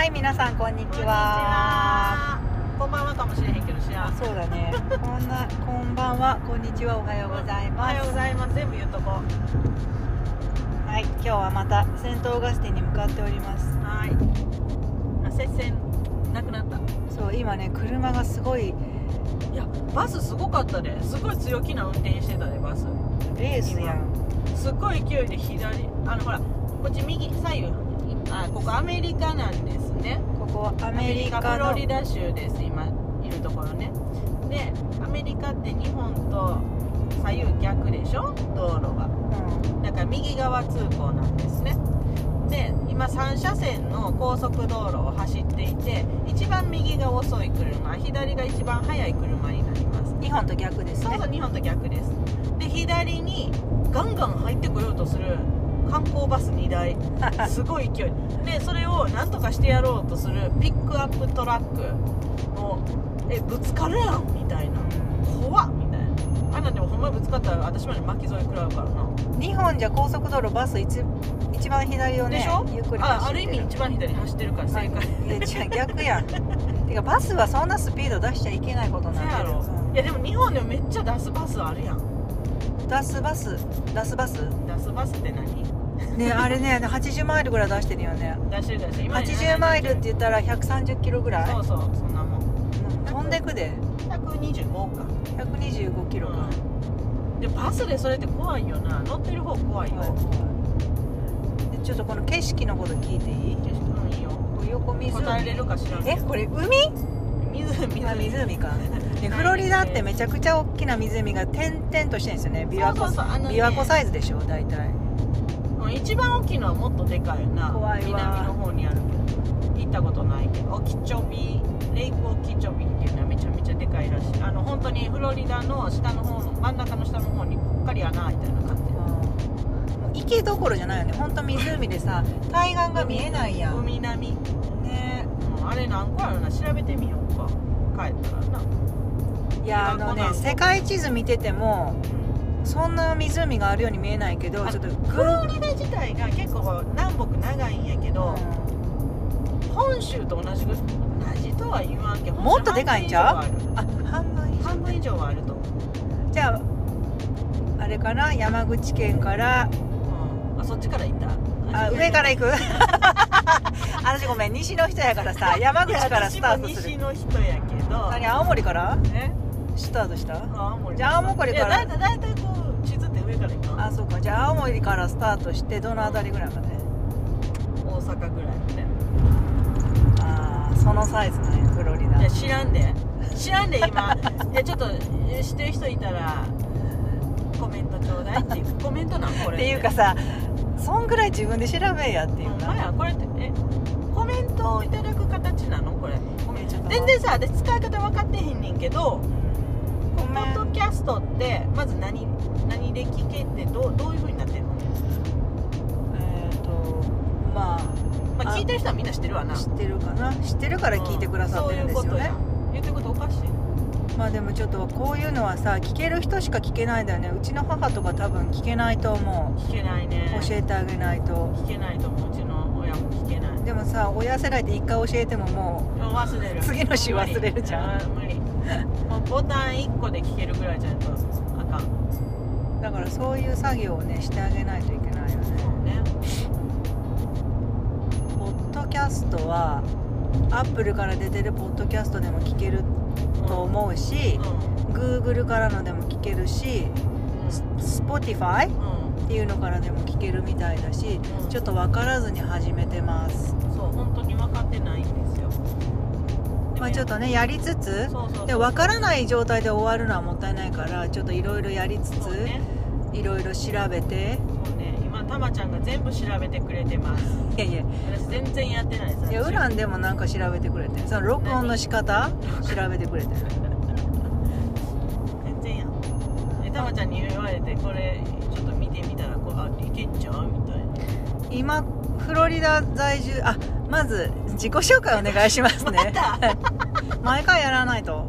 はい、皆さんこんにちは。 こんばんはかもしれへんけど、知らん。 そうだね。こんばんは、こんにちは、おはようございます。 おはようございます。全部言うとこ。 はい、今日はまた先頭ガステに向かっております。 はい。接戦なくなった。 そう、今ね、車がすごい。 いや、バスすごかったね。すごい強気な運転してたね、バス。 レースやん。 すごい勢いで左、ほら、こっち右左右。ここアメリカなんですね。 ここはアメリカのフロリダ州です。今いるところね。で、アメリカって日本と左右逆でしょ、道路が。だから右側通行なんですね。で、今3車線の高速道路を走っていて、一番右が遅い車、左が一番速い車になります。 日本と逆ですね。 そうそう、日本と逆です。で、左にガンガン入ってこようとする観光バス2台、すごい勢いで、それを何とかしてやろうとするピックアップトラックのぶつかるやんみたいな、怖っみたいな。あんなでもほんまにぶつかったら私まで巻き添え食らうからな。 日本じゃ高速道路バス一番左をね、 でしょ、 ゆっくり走ってる。 ある意味一番左走ってるから正解。 いや違う、逆やん。てかバスはそんなスピード出しちゃいけないことなんだよ。 いやでも日本でもめっちゃ出すバスあるやん。 出すバスって何ね、あれね、80マイルぐらい出してるよね。 出してる今 80マイルって言ったら130キロぐらい。 そうそう、そんなもん。 飛んでくで 125か 125キロか、 でバスでそれって怖いよな。乗ってる方怖いよ。 でちょっとこの景色のこと聞いていい？ いいよ。 横湖。 答えれるか知らんけど。 これ海？湖か。でフロリダってめちゃくちゃ大きな湖が点々としてるんですよね。琵琶湖サイズでしょ大体。 一番大きいのはもっとでかいな。 怖いわ。 南の方にあるけど行ったことないけど、オキチョビレイクオキチョビっていうのはめちゃめちゃでかいらしい。本当にフロリダの下の方の真ん中の下の方にぽっかり穴開いたような感じ。 池どころじゃないよね。本当湖でさ対岸が見えないやん。 海並みね。 あれ何個あるな、調べてみようか帰ったらな。 いや世界地図見てても、そんな湖があるように見えないけど、ちょっとフロリダ自体が結構南北長いんやけど、本州と同じとは言わんけど、 もっとでかいんちゃう？半分以上はあると。じゃああれかな、山口県から、 そっちから行った。 上から行く？私ごめん、西の人やからさ、山口からスタートする。 西の人やけど。 何、青森からスタートした？じゃあ青森から。 だいたいこう地図って上から行くの？ そうか。じゃあ青森からスタートしてどの辺りぐらいまで？ 大阪ぐらいまで。 そのサイズなんや、フロリダ。 いや知らんで今。いやちょっと知ってる人いたらコメントちょうだいっていう。コメントなんこれっていうかさ、そんぐらい自分で調べやっていうな。 これってコメントをいただく形なのこれ？全然さ、私使い方分かってへんねんけど、ポッドキャストってまず何で聞けってどういう風になってるの？まあ聞いてる人はみんな知ってるわな。 知ってるかな。知ってるから聞いてくださってるんですよね。 言ってることおかしい。 まあでもちょっとこういうのはさ、聞ける人しか聞けないんだよね。うちの母とか多分聞けないと思う。 聞けないね。 教えてあげないと。 聞けないと思う。うちの親も聞けない。 でもさ、親世代って一回教えてももう忘れる。 次の週忘れるじゃん。 無理。もうボタン1個で聞けるぐらいじゃないとあかん。 だからそういう作業をねしてあげないといけないよね。 そうね。 ポッドキャストはアップルから出てるポッドキャストでも聞けると思うし、Google からのでも聞けるし、Spotify っていうのからでも聞けるみたいだし、ちょっと分からずに始めてます。 そう、本当に分かってないんですよ。 まあちょっとねやりつつ、で分からない状態で終わるのはもったいないから、ちょっといろいろやりつつ、いろいろ調べて。 そうね、今たまちゃんが全部調べてくれてます。 いや私全然やってないです。 いや、ウランでもなんか調べてくれて、その録音の仕方調べてくれてる。 全然やん。たまちゃんに言われて、これちょっと見てみたらいけんちゃうみたいな。 今フロリダ在住、まず自己紹介お願いしますね。毎回やらないと。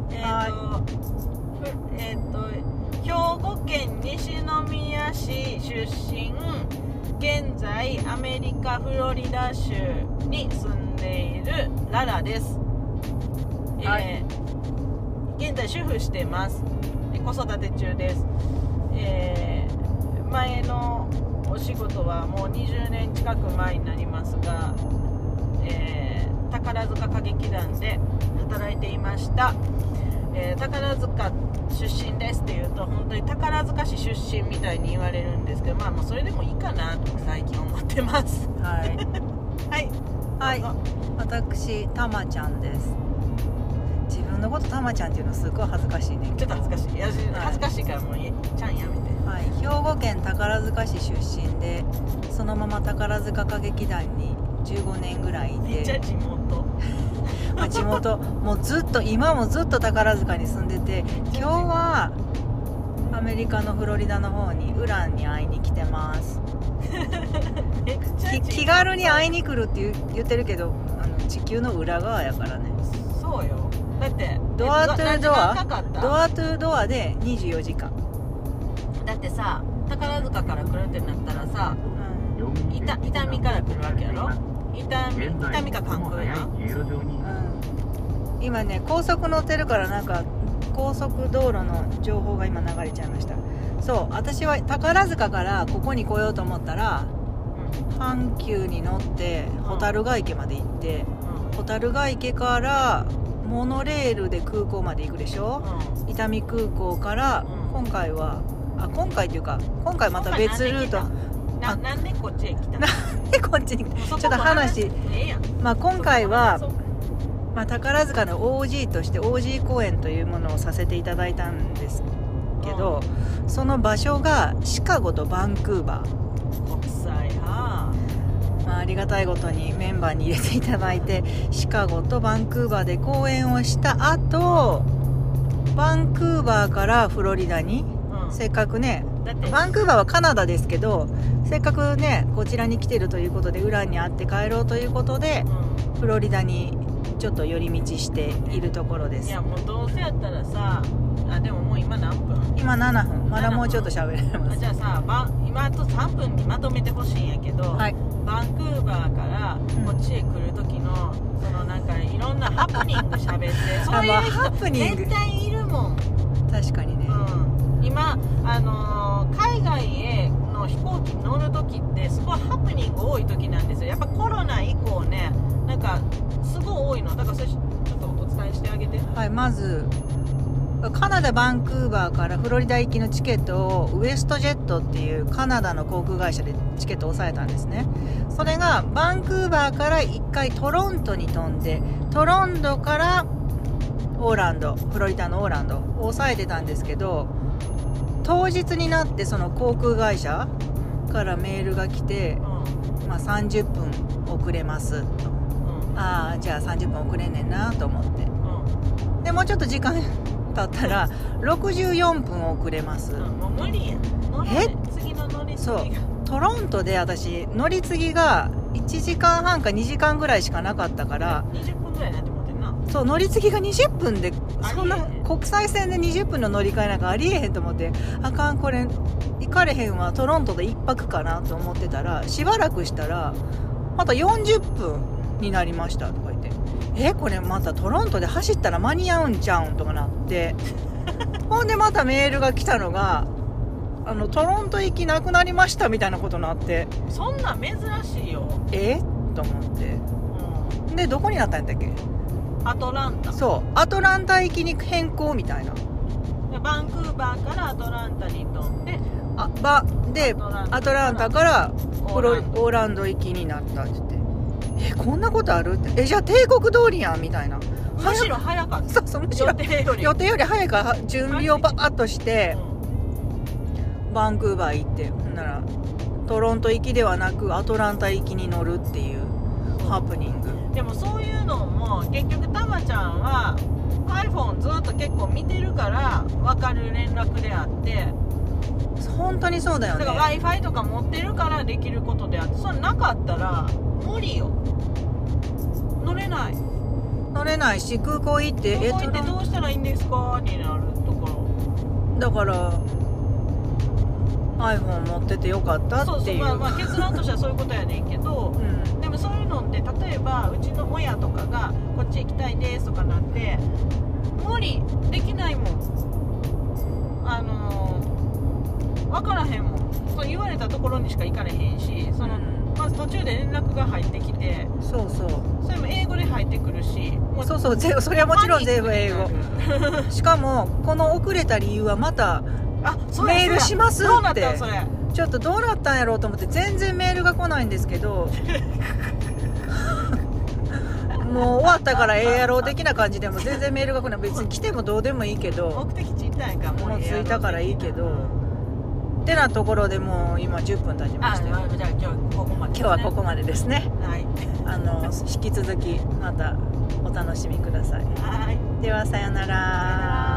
兵庫県西宮市出身、 現在アメリカフロリダ州に住んでいるララです。現在主婦しています。子育て中です。前のお仕事はもう20年近く前になりますが、宝塚歌劇団で働いていました。宝塚出身ですって言うと本当に宝塚市出身みたいに言われるんですけど、もうそれでもいいかなと最近思ってます。 はいはい、 はい、私たまちゃんです。自分のことたまちゃんっていうのすごい恥ずかしいね。 ちょっと恥ずかしい。恥ずかしいからもうちゃんやめて。 はい、兵庫県宝塚市出身で、そのまま宝塚歌劇団に15年ぐらいいて、 めっちゃ地元地元もうずっと今もずっと宝塚に住んでて、今日はアメリカのフロリダの方にウランに会いに来てます。気軽に会いに来るって言ってるけど、地球の裏側やからね。 そうよ。だってドアトゥードアで24時間。 だってさ、宝塚から来るってなったらさ、伊丹から来るわけやろ。伊丹か関空や、 今ね高速乗ってるから、なんか高速道路の情報が今流れちゃいました。そう、私は宝塚からここに来ようと思ったら、阪急に乗って蛍ヶ池まで行って、蛍ヶ池からモノレールで空港まで行くでしょ。伊丹空港から、今回っていうか今回また別ルート。 なんでこっちへ来たの？ なんでこっちにちょっと話、今回は、宝塚の OG として OG 公演というものをさせていただいたんですけど、その場所がシカゴとバンクーバー。 国際派。 ありがたいことにメンバーに入れていただいて、シカゴとバンクーバーで公演をした後、バンクーバーからフロリダに、せっかくね、バンクーバーはカナダですけど、せっかくねこちらに来てるということで、ウランに会って帰ろうということで、フロリダにちょっと寄り道しているところです。 いやもうどうせやったらさ、でももう今何分？ 今7分。まだもうちょっと喋れます。 じゃあさ、今あと3分にまとめてほしいんやけど、バンクーバーからこっちへ来る時の、そのなんかいろんなハプニング喋ってそういう人絶対いるもん。 確かにね、 今海外への飛行機に乗る時ってすごいハプニング多い時なんですよ。やっぱコロナ以降ね、なんかすごい多いの。だからそれちょっとお伝えしてあげて。 はい、まずカナダバンクーバーからフロリダ行きのチケットをウエストジェットっていうカナダの航空会社でチケットを抑えたんですね。それがバンクーバーから1回トロントに飛んで、トロントからオーランド、フロリダのオーランドを抑えてたんですけど、当日になってその航空会社からメールが来て、30分遅れますと、じゃあ30分遅れんねんなと思って、でもうちょっと時間経ったら64分遅れます。 もう無理やん。次の乗り継ぎが。そう、 トロントで私乗り継ぎが1時間半か2時間ぐらいしかなかったから、 20分ぐらいになって思ってんな。 そう、乗り継ぎが20分で、そんな国際線で20分の乗り換えなんかありえへんと思って、あかん、これ行かれへんわ、トロントで1泊かなと思ってたら、しばらくしたらまた40分になりましたとか言って、これまたトロントで走ったら間に合うんちゃうんとかなってほんでまたメールが来たのが、トロント行きなくなりましたみたいなことになって、 そんなん珍しいよ。 と思って、でどこになったんだっけ？ アトランタ。 そう、アトランタ行きに変更みたいな。 バンクーバーからアトランタに飛んで、 アトランタからオーランド行きになったって言って、こんなことあるって、じゃあ帝国通りやんみたいな。 むしろ早かった。 そう、むしろ予定より早く準備をバーッとして、バンクーバー行って、ほんならトロント行きではなくアトランタ行きに乗るっていうハプニング。 でもそういうのも結局たまちゃんは iPhone ずっと結構見てるから分かる連絡であって、 本当にそうだよね。 だから Wi-Fi とか持ってるからできることであって、それなかったら無理よ。乗れないし、空港行ってどうしたらいいんですかになるところだから、 iPhone 持っててよかったっていう。 まあ結論としてはそういうことやねんけど、でもそういうのって例えばうちの親とかがこっち行きたいですとかなって無理できないもん、分からへんもん。そう言われたところにしか行かれへんし、まず途中で連絡が入ってきて、 そうそれも英語で入ってくるし、もうそれはもちろん全部英語しかもこの遅れた理由はまたメールしますどうなっってたんそれ。 ちょっとどうなったんやろうと思って全然メールが来ないんですけどもう終わったからええやろう的な感じでも全然メールが来ない。別に来てもどうでもいいけど、 目的地行ったんやからもう着いたからいいけどってなところでもう今10分経ちましたよ。 じゃあ今日ここまでですね。 今日はここまでですね。 はい引き続きまたお楽しみください。 はい。 ではさよなら。